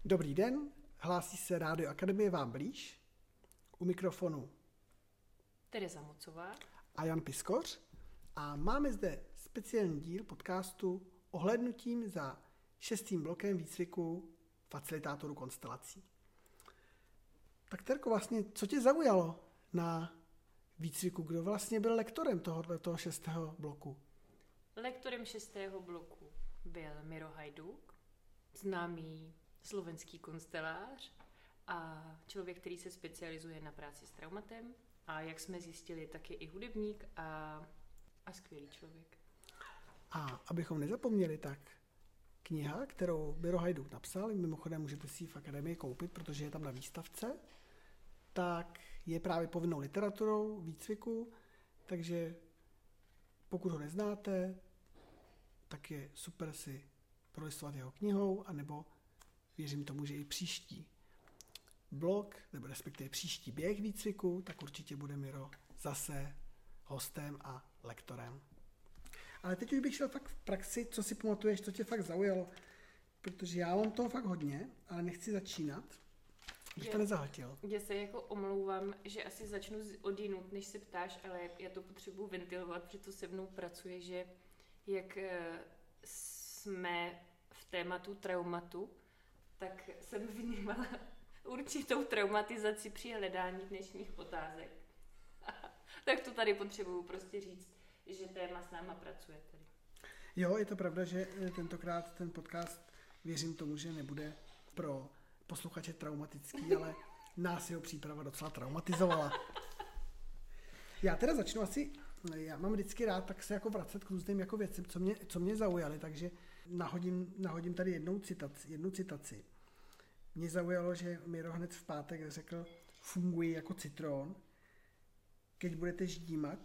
Dobrý den, hlásí se Rádio Akademie vám blíž. U mikrofonu Tereza Mocová a Jan Piskoř. A máme zde speciální díl podcastu ohlédnutím za 6. blokem výcviku facilitátorů konstelací. Tak Terko, vlastně, co tě zaujalo na výcviku? Kdo vlastně byl lektorem toho 6. bloku? Lektorem 6. bloku byl Miro Hajduk, známý slovenský konstelář a člověk, který se specializuje na práci s traumatem a jak jsme zjistili, tak je i hudebník a skvělý člověk. A abychom nezapomněli, tak kniha, kterou Miro Hajduk napsal, mimochodem můžete si ji v Akademii koupit, protože je tam na výstavce, tak je právě povinnou literaturou výcviku, takže pokud ho neznáte, tak je super si prolistovat jeho knihou, anebo věřím tomu, že i příští blok, nebo respektive příští běh výcviku, tak určitě bude Miro zase hostem a lektorem. Ale teď už bych šel fakt v praxi, co si pamatuješ, co tě fakt zaujalo, protože já mám toho fakt hodně, ale nechci začínat, bych to nezahltil. Já se jako omlouvám, že asi začnu odjinud, než se ptáš, ale já to potřebuji ventilovat, protože to se mnou pracuje, že jak jsme v tématu traumatu, tak jsem vnímala určitou traumatizaci při hledání dnešních otázek. Tak to tady potřebuju prostě říct, že téma s náma pracuje tady. Jo, je to pravda, že tentokrát ten podcast, věřím tomu, že nebude pro posluchače traumatický, ale nás jeho příprava docela traumatizovala. Já teda začnu asi, já mám vždycky rád tak se jako vracet k různým jako věcem, co mě zaujaly, takže nahodím tady jednu citaci. Mě zaujalo, že Miro hned v pátek řekl, fungují jako citron, keď budete ždímat,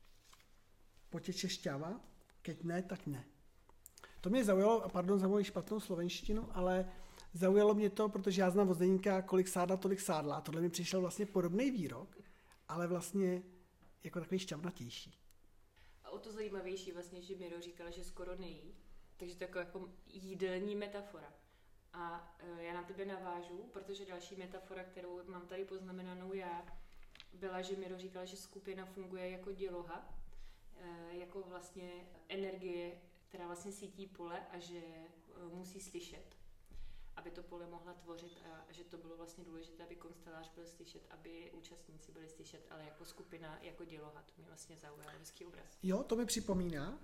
poteče šťava, keď ne, tak ne. To mě zaujalo, a pardon za moji špatnou slovenštinu, ale zaujalo mě to, protože já znám od Zdeníka kolik sádla, tolik sádla. A tohle mi přišel vlastně podobný výrok, ale vlastně jako takový šťavnatější. A o to zajímavější vlastně, že Miro říkal, že skoro nejí, takže to jako jídelní metafora. A já na tebe navážu, protože další metafora, kterou mám tady poznamenanou já, byla, že Miro říkal, že skupina funguje jako děloha, jako vlastně energie, která vlastně sítí pole a že musí slyšet, aby to pole mohla tvořit a že to bylo vlastně důležité, aby konstelář byl slyšet, aby účastníci byli slyšet, ale jako skupina, jako děloha. To mě vlastně zaujalo, hezký obraz. Jo, to mi připomíná,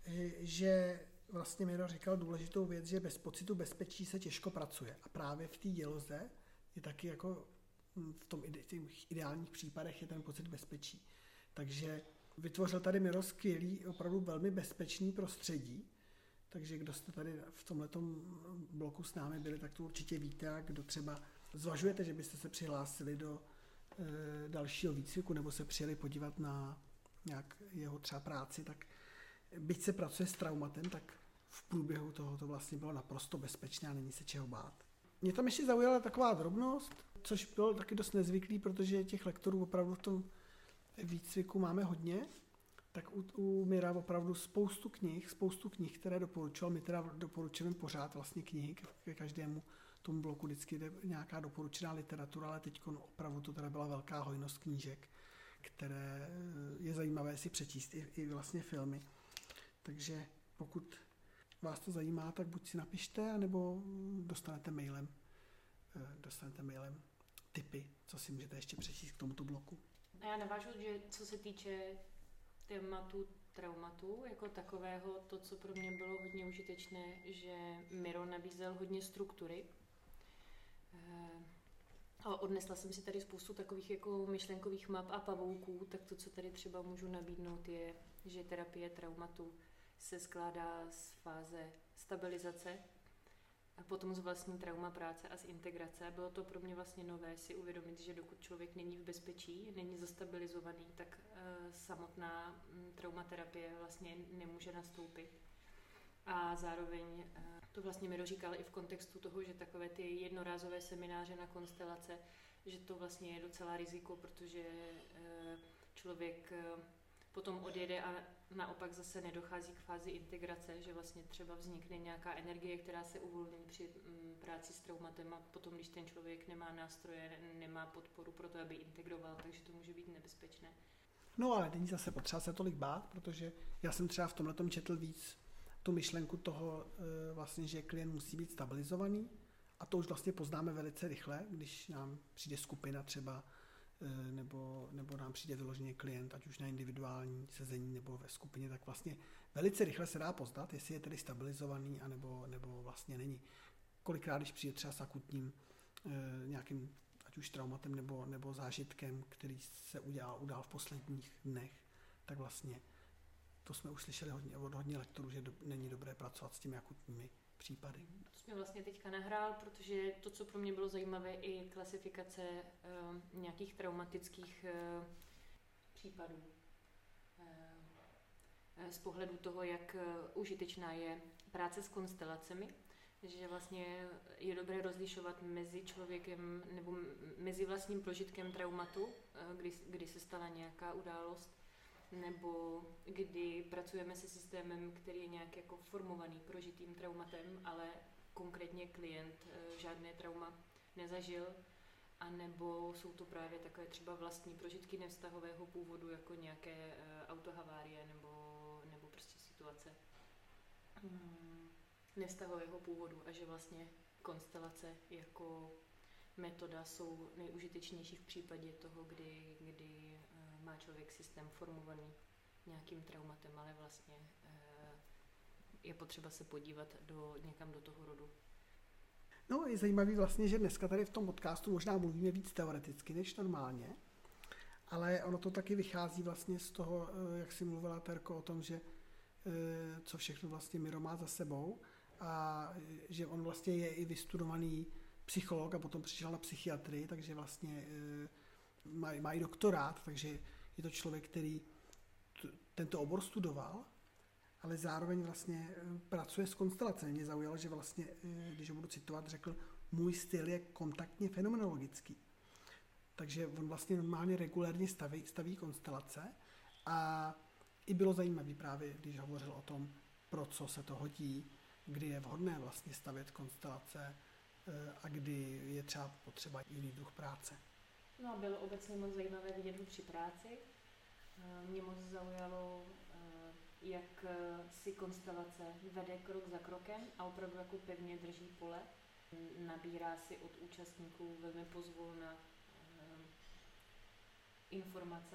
že vlastně Miro říkal důležitou věc, že bez pocitu bezpečí se těžko pracuje. A právě v té děloze je taky jako v těch ideálních případech je ten pocit bezpečí. Takže vytvořil tady Miro skvělý, opravdu velmi bezpečný prostředí. Takže kdo jste tady v tomhletom bloku s námi byli, tak to určitě víte. A kdo třeba zvažujete, že byste se přihlásili do dalšího výcviku nebo se přijeli podívat na nějak jeho třeba práci, tak byť se pracuje s traumatem, tak v průběhu toho to vlastně bylo naprosto bezpečné a není se čeho bát. Mě tam ještě zaujala taková drobnost, což bylo taky dost nezvyklý, protože těch lektorů opravdu v tom výcviku máme hodně, tak u Mira opravdu spoustu knih, které doporučoval. My teda doporučujeme pořád vlastně knihy ke každému tomu bloku, vždycky jde nějaká doporučená literatura, ale teď opravdu to teda byla velká hojnost knížek, které je zajímavé si přečíst, i vlastně filmy. Takže pokud vás to zajímá, tak buď si napište, anebo dostanete mailem tipy, co si můžete ještě přečíst k tomuto bloku. A já navážu, že co se týče tématu traumatu jako takového, to, co pro mě bylo hodně užitečné, že Miro nabízel hodně struktury. A odnesla jsem si tady spoustu takových jako myšlenkových map a pavouků, tak to, co tady třeba můžu nabídnout, je, že terapie traumatu se skládá z fáze stabilizace a potom z vlastní trauma práce a z integrace. Bylo to pro mě vlastně nové si uvědomit, že dokud člověk není v bezpečí, není zastabilizovaný, tak samotná traumaterapie vlastně nemůže nastoupit. A zároveň to vlastně Miro říkal i v kontextu toho, že takové ty jednorázové semináře na konstelace, že to vlastně je docela riziko, protože člověk potom odjede a naopak zase nedochází k fázi integrace, že vlastně třeba vznikne nějaká energie, která se uvolní při práci práci s traumatem a potom, když ten člověk nemá nástroje, nemá podporu pro to, aby integroval, takže to může být nebezpečné. No ale není zase potřeba se tolik bát, protože já jsem třeba v tomhletom četl víc tu myšlenku toho vlastně, že klient musí být stabilizovaný a to už vlastně poznáme velice rychle, když nám přijde skupina třeba nebo nám přijde vyloženě klient, ať už na individuální sezení nebo ve skupině, tak vlastně velice rychle se dá poznat, jestli je tedy stabilizovaný nebo vlastně není. Kolikrát, když přijde třeba s akutním nějakým ať už traumatem nebo zážitkem, který se udál v posledních dnech, tak vlastně to jsme už slyšeli od hodně lektorů, že není dobré pracovat s těmi akutními případy. To jsi mi vlastně teďka nahrál, protože to, co pro mě bylo zajímavé, i klasifikace nějakých traumatických případů. Z pohledu toho, jak užitečná je práce s konstelacemi, že vlastně je dobré rozlišovat mezi člověkem nebo mezi vlastním prožitkem traumatu, kdy se stala nějaká událost, nebo kdy pracujeme se systémem, který je nějak jako formovaný prožitým traumatem, ale konkrétně klient žádné trauma nezažil, anebo jsou to právě takové třeba vlastní prožitky nevztahového původu, jako nějaké autohavárie nebo prostě situace nevztahového původu a že vlastně konstelace jako metoda jsou nejužitečnější v případě toho, kdy má člověk systém formovaný nějakým traumatem, ale vlastně je potřeba se podívat někam do toho rodu. No, je zajímavý vlastně, že dneska tady v tom podcastu možná mluvíme víc teoreticky než normálně, ale ono to taky vychází vlastně z toho, jak jsi mluvila, Terko, o tom, že co všechno vlastně Miro má za sebou a že on vlastně je i vystudovaný psycholog a potom přišel na psychiatrii, takže vlastně má i doktorát, takže je to člověk, který tento obor studoval, ale zároveň vlastně pracuje s konstelací. Mě zaujalo, že vlastně, když ho budu citovat, řekl, můj styl je kontaktně fenomenologický. Takže on vlastně normálně regulérně staví konstelace a i bylo zajímavé právě, když hovořil o tom, pro co se to hodí, kdy je vhodné vlastně stavět konstelace a kdy je třeba potřeba jiný druh práce. No a bylo obecně moc zajímavé vidět ho při práci. Mě moc zaujalo, jak si konstelace vede krok za krokem a opravdu jako pevně drží pole. Nabírá si od účastníků velmi pozvolna informace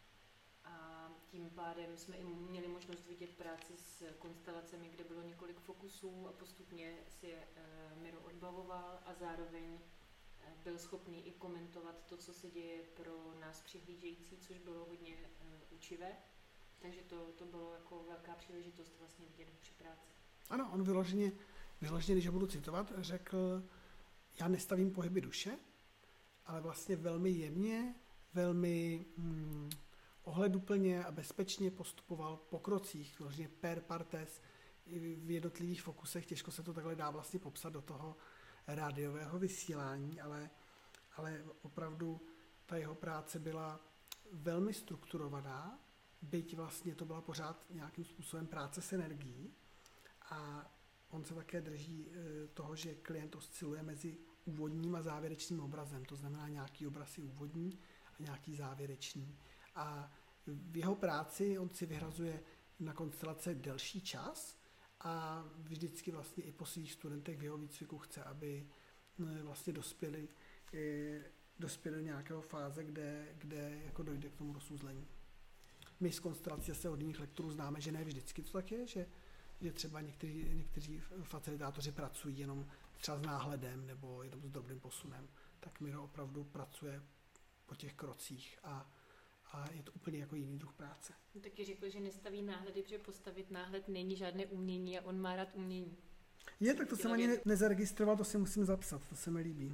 a tím pádem jsme i měli možnost vidět práci s konstelacemi, kde bylo několik fokusů a postupně si je Miro odbavoval a zároveň byl schopný i komentovat to, co se děje pro nás přihlížející, což bylo hodně učivé. Takže to bylo jako velká příležitost vlastně vidět při práci. Ano, on vyloženě, když ho budu citovat, řekl, já nestavím pohyby duše, ale vlastně velmi jemně, velmi ohleduplně a bezpečně postupoval po krocích, vyloženě per partes, v jednotlivých fokusech, těžko se to takhle dá vlastně popsat do toho rádiového vysílání, ale opravdu ta jeho práce byla velmi strukturovaná, byť vlastně to byla pořád nějakým způsobem práce s energií a on se také drží toho, že klient osciluje mezi úvodním a závěrečným obrazem, to znamená nějaký obraz je úvodní a nějaký závěrečný. A v jeho práci on si vyhrazuje na konstelace delší čas a vždycky vlastně i po svých studentech v jeho výcviku chce, aby vlastně dospěli do nějakého fáze, kde jako dojde k tomu rozuzlení. My z konstelací se od jiných lektorů známe, že ne vždycky to tak je, že třeba někteří facilitátoři pracují jenom třeba s náhledem nebo jenom s drobným posunem. Tak Miro opravdu pracuje po těch krocích a je to úplně jako jiný druh práce. No, taky řekl, že nestaví náhledy, protože postavit náhled není žádné umění a on má rád umění. Tak to jsem ani nezaregistroval, to si musím zapsat, to se mi líbí.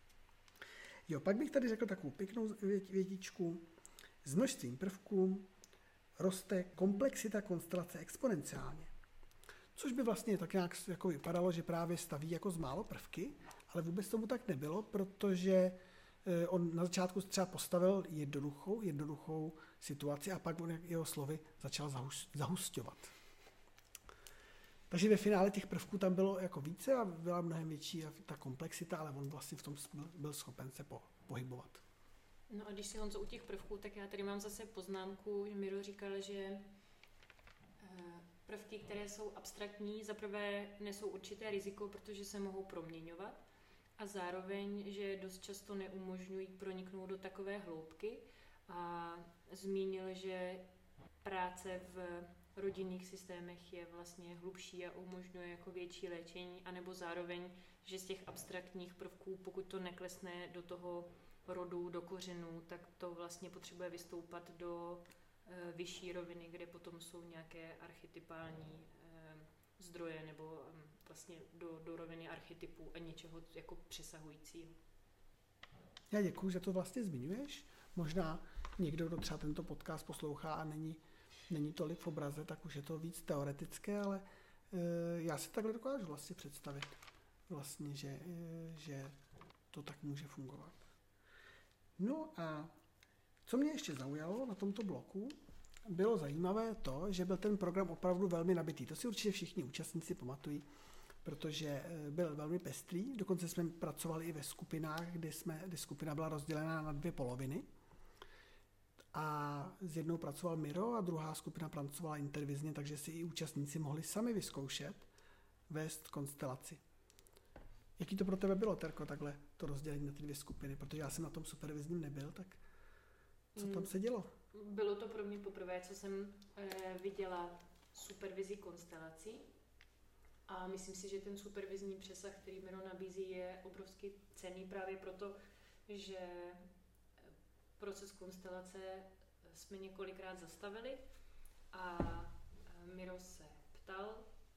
Jo, pak bych tady řekl takovou pěknou větičku. S množstvím prvků roste komplexita konstelace exponenciálně. Což by vlastně tak nějak jako vypadalo, že právě staví jako z málo prvky, ale vůbec tomu tak nebylo, protože on na začátku třeba postavil jednoduchou situaci a pak on jeho slovy začal zahusťovat. Takže ve finále těch prvků tam bylo jako více a byla mnohem větší ta komplexita, ale on vlastně v tom byl schopen se pohybovat. No a když si Honzo u těch prvků, tak já tady mám zase poznámku, že Miro říkal, že prvky, které jsou abstraktní, zaprvé nesou určité riziko, protože se mohou proměňovat a zároveň, že dost často neumožňují proniknout do takové hloubky a zmínil, že práce v rodinných systémech je vlastně hlubší a umožňuje jako větší léčení, anebo zároveň, že z těch abstraktních prvků, pokud to neklesne do toho rodu, do kořenů, tak to vlastně potřebuje vystoupat do vyšší roviny, kde potom jsou nějaké archetypální zdroje nebo vlastně do roviny archetypů a něčeho jako přesahujícího. Já děkuju, že to vlastně zmiňuješ. Možná někdo, kdo třeba tento podcast poslouchá a není tolik v obraze, tak už je to víc teoretické, ale já si takhle dokážu vlastně představit, vlastně, že to tak může fungovat. No a co mě ještě zaujalo na tomto bloku, bylo zajímavé to, že byl ten program opravdu velmi nabitý. To si určitě všichni účastníci pamatují, protože byl velmi pestrý. Dokonce jsme pracovali i ve skupinách, kdy skupina byla rozdělená na 2 poloviny. A s jednou pracoval Miro a druhá skupina pracovala intervizně, takže si i účastníci mohli sami vyzkoušet vést konstelaci. Jaký to pro tebe bylo, Terko, takhle to rozdělení na ty 2 skupiny? Protože já jsem na tom supervizním nebyl, tak co tam se dělo? Bylo to pro mě poprvé, co jsem viděla supervizi konstelací a myslím si, že ten supervizní přesah, který Miro nabízí, je obrovsky cenný právě proto, že proces konstelace jsme několikrát zastavili a Miro se ptal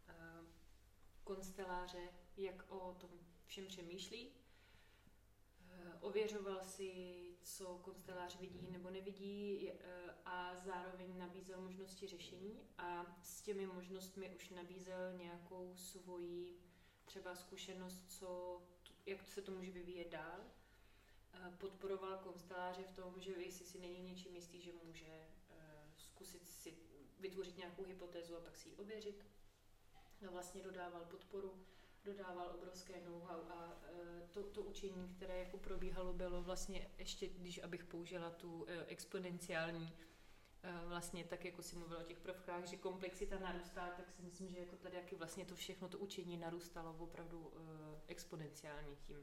konsteláře, jak o tom všem přemýšlí. Ověřoval si, co konstelář vidí nebo nevidí a zároveň nabízel možnosti řešení a s těmi možnostmi už nabízel nějakou svoji třeba zkušenost, jak se to může vyvíjet dál. Podporoval konsteláře v tom, že jestli si není něčím jistý, že může zkusit si vytvořit nějakou hypotézu a pak si ji ověřit. Vlastně dodával podporu, dodával obrovské know-how a to učení, které jako probíhalo, bylo vlastně ještě, abych použila tu exponenciální, vlastně tak, jako si mluvila o těch prvkách, že komplexita narůstá, tak si myslím, že jako tady jaký vlastně to všechno, to učení narůstalo opravdu exponenciálně tím.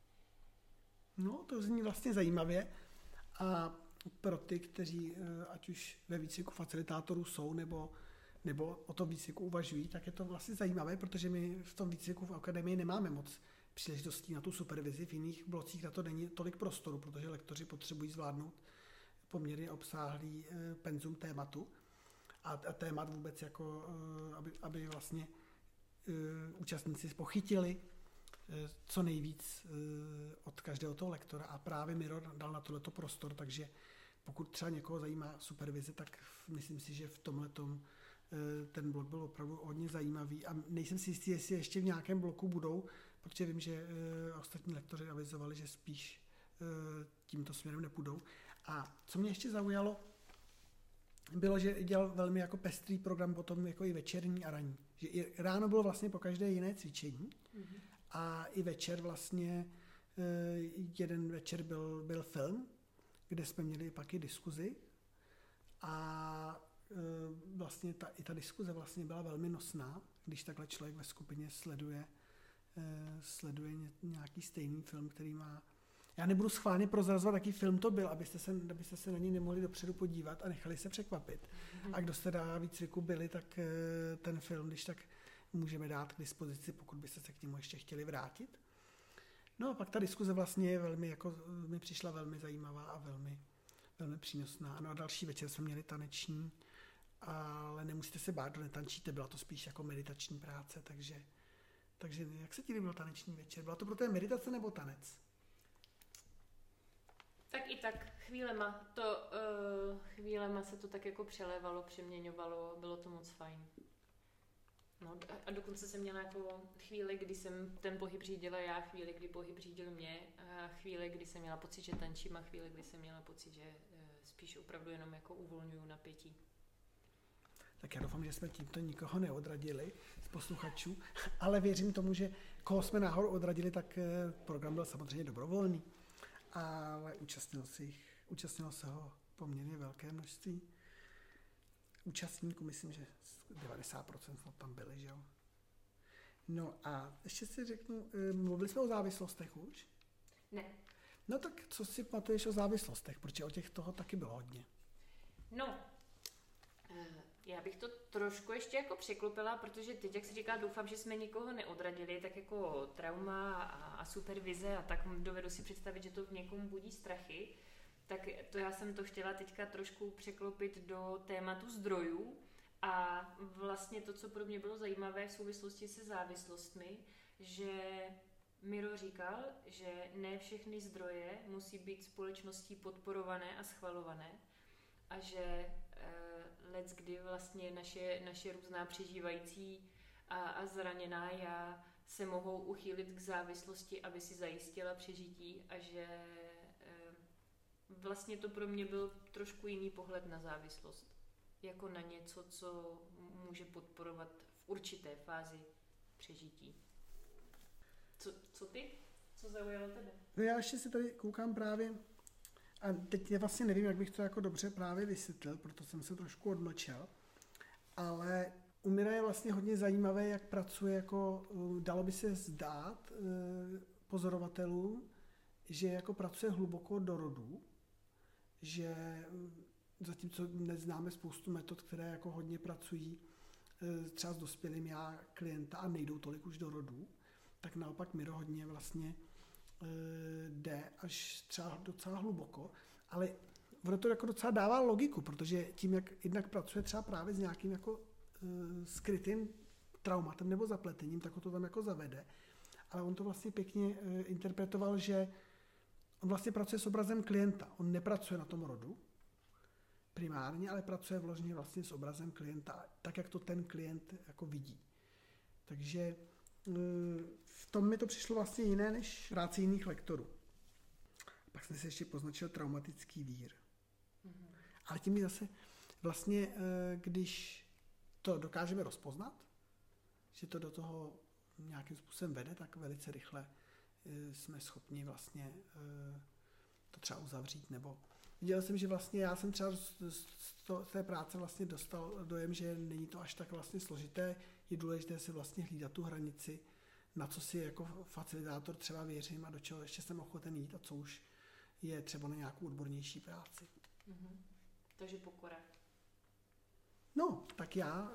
No, to zní vlastně zajímavě a pro ty, kteří ať už ve výcviku facilitátorů jsou, nebo o tom výcviku uvažují, tak je to vlastně zajímavé, protože my v tom výcviku v akademii nemáme moc příležitostí na tu supervizi, v jiných blocích na to není tolik prostoru, protože lektoři potřebují zvládnout poměrně obsáhlý penzum tématu a témat vůbec jako, aby vlastně účastníci pochytili co nejvíc od každého toho lektora a právě Miro dal na tohleto prostor, takže pokud třeba někoho zajímá supervize, tak myslím si, že v tomhletom ten blok byl opravdu hodně zajímavý a nejsem si jistý, jestli ještě v nějakém bloku budou, protože vím, že ostatní lektoři avizovali, že spíš tímto směrem nepůjdou. A co mě ještě zaujalo, bylo, že dělal velmi jako pestrý program potom jako i večerní a ranní. Že i ráno bylo vlastně po každé jiné cvičení a i večer vlastně jeden večer byl film, kde jsme měli pak i diskuzi a vlastně ta diskuze vlastně byla velmi nosná, když takhle člověk ve skupině sleduje nějaký stejný film, který má. Já nebudu schválně prozrazovat, jaký film to byl, abyste se na něj nemohli dopředu podívat a nechali se překvapit. A kdo jste na výcviku byli, tak ten film, když tak můžeme dát k dispozici, pokud byste se k němu ještě chtěli vrátit. No a pak ta diskuze vlastně je velmi, jako mi přišla velmi zajímavá a velmi, velmi přínosná. No a další večer jsme měli taneční, ale nemusíte se bát, kdo netančíte, byla to spíš jako meditační práce, takže jak se ti líbil taneční večer? Byla to pro té meditace nebo tanec? Tak i tak, chvílema se to tak jako přelévalo, přeměňovalo, bylo to moc fajn. No a dokonce jsem měla jako chvíli, kdy jsem ten pohyb řídila já, chvíli, kdy pohyb řídil mě, a chvíli, kdy jsem měla pocit, že tančím a chvíli, kdy jsem měla pocit, že spíš opravdu jenom jako uvolňuju napětí. Tak já doufám, že jsme tímto nikoho neodradili z posluchačů, ale věřím tomu, že koho jsme náhodou odradili, tak program byl samozřejmě dobrovolný, ale účastnilo se ho poměrně velké množství účastníků, myslím, že 90% tam byli, že jo. No a ještě si řeknu, mluvili jsme o závislostech už? Ne. No tak co si pamatuješ o závislostech, protože o těch toho taky bylo hodně. No, já bych to trošku ještě jako překlopila, protože teď, jak si říká, doufám, že jsme nikoho neodradili, tak jako trauma a supervize a tak dovedu si představit, že to v někom budí strachy, tak to já jsem to chtěla teďka trošku překlopit do tématu zdrojů a vlastně to, co pro mě bylo zajímavé v souvislosti se závislostmi, že Miro říkal, že ne všechny zdroje musí být společností podporované a schvalované a že leckdy vlastně naše různá přežívající a zraněná já se mohou uchýlit k závislosti, aby si zajistila přežití a že vlastně to pro mě byl trošku jiný pohled na závislost. Jako na něco, co může podporovat v určité fázi přežití. Co ty? Co zaujalo tebe? No já ještě si tady koukám právě, a teď já vlastně nevím, jak bych to jako dobře právě vysvětlil, proto jsem se trošku odmlčel, ale u Mira je vlastně hodně zajímavé, jak pracuje, jako dalo by se zdát pozorovatelům, že jako pracuje hluboko do rodů, že zatímco neznáme spoustu metod, které jako hodně pracují třeba s dospělým já klienta a nejdou tolik už do rodů, tak naopak Miro hodně vlastně jde až třeba docela hluboko, ale ono to jako docela dává logiku, protože tím, jak jednak pracuje třeba právě s nějakým jako skrytým traumatem nebo zapletením, tak ho to tam jako zavede. Ale on to vlastně pěkně interpretoval, že on vlastně pracuje s obrazem klienta. On nepracuje na tom rodu primárně, ale pracuje vložně vlastně s obrazem klienta, tak, jak to ten klient jako vidí. Takže v tom mi to přišlo vlastně jiné než práce jiných lektorů. Pak jsem si ještě poznačil traumatický vír. Mm-hmm. Ale tím zase vlastně, když to dokážeme rozpoznat, že to do toho nějakým způsobem vede, tak velice rychle jsme schopni vlastně to třeba uzavřít. Nebo viděl jsem, že vlastně já jsem třeba z té práce vlastně dostal dojem, že není to až tak vlastně složité, je důležité si vlastně hlídat tu hranici, na co si jako facilitátor třeba věřím a do čeho ještě jsem ochoten jít a co už je třeba na nějakou odbornější práci. Mm-hmm. Takže pokora. No, tak já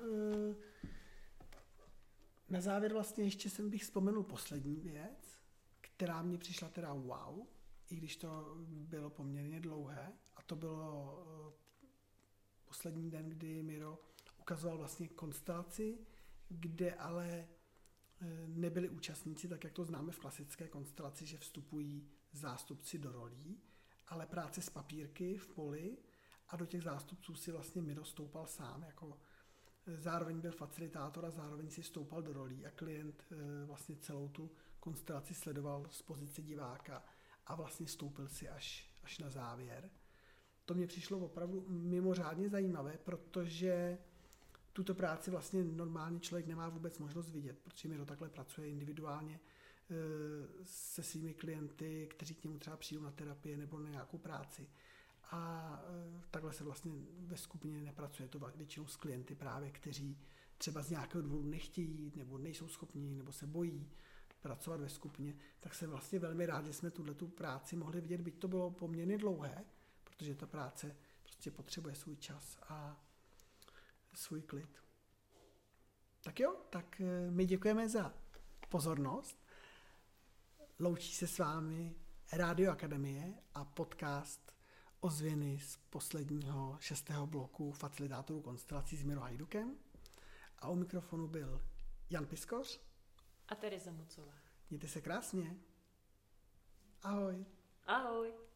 na závěr vlastně ještě jsem bych vzpomenul poslední věc, která mě přišla teda wow, i když to bylo poměrně dlouhé, a to bylo poslední den, kdy Miro ukazoval vlastně konstelaci, kde ale nebyli účastníci, tak jak to známe v klasické konstelaci, že vstupují zástupci do rolí, ale práce s papírky v poli a do těch zástupců si vlastně Miro stoupal sám, jako zároveň byl facilitátor a zároveň si stoupal do rolí a klient vlastně celou tu konstelaci sledoval z pozice diváka a vlastně stoupil si až na závěr. To mě přišlo opravdu mimořádně zajímavé, protože tuto práci vlastně normálně člověk nemá vůbec možnost vidět, protože Miro takhle pracuje individuálně se svými klienty, kteří k němu třeba přijdou na terapii nebo na nějakou práci. A takhle se vlastně ve skupině nepracuje. To většinou s klienty právě, kteří třeba z nějakého důvodu nechtějí, nebo nejsou schopní, nebo se bojí pracovat ve skupině, tak jsem vlastně velmi rád, že jsme tu práci mohli vidět, byť to bylo poměrně dlouhé, protože ta práce prostě potřebuje svůj čas a svůj klid. Tak jo, tak my děkujeme za pozornost. Loučí se s vámi Rádio Akademie a podcast Ozvěny z posledního 6. bloku facilitátorů konstelací s Mirou Hajdukem. A u mikrofonu byl Jan Piskoř a Tereza Mucová. Mějte se krásně. Ahoj. Ahoj.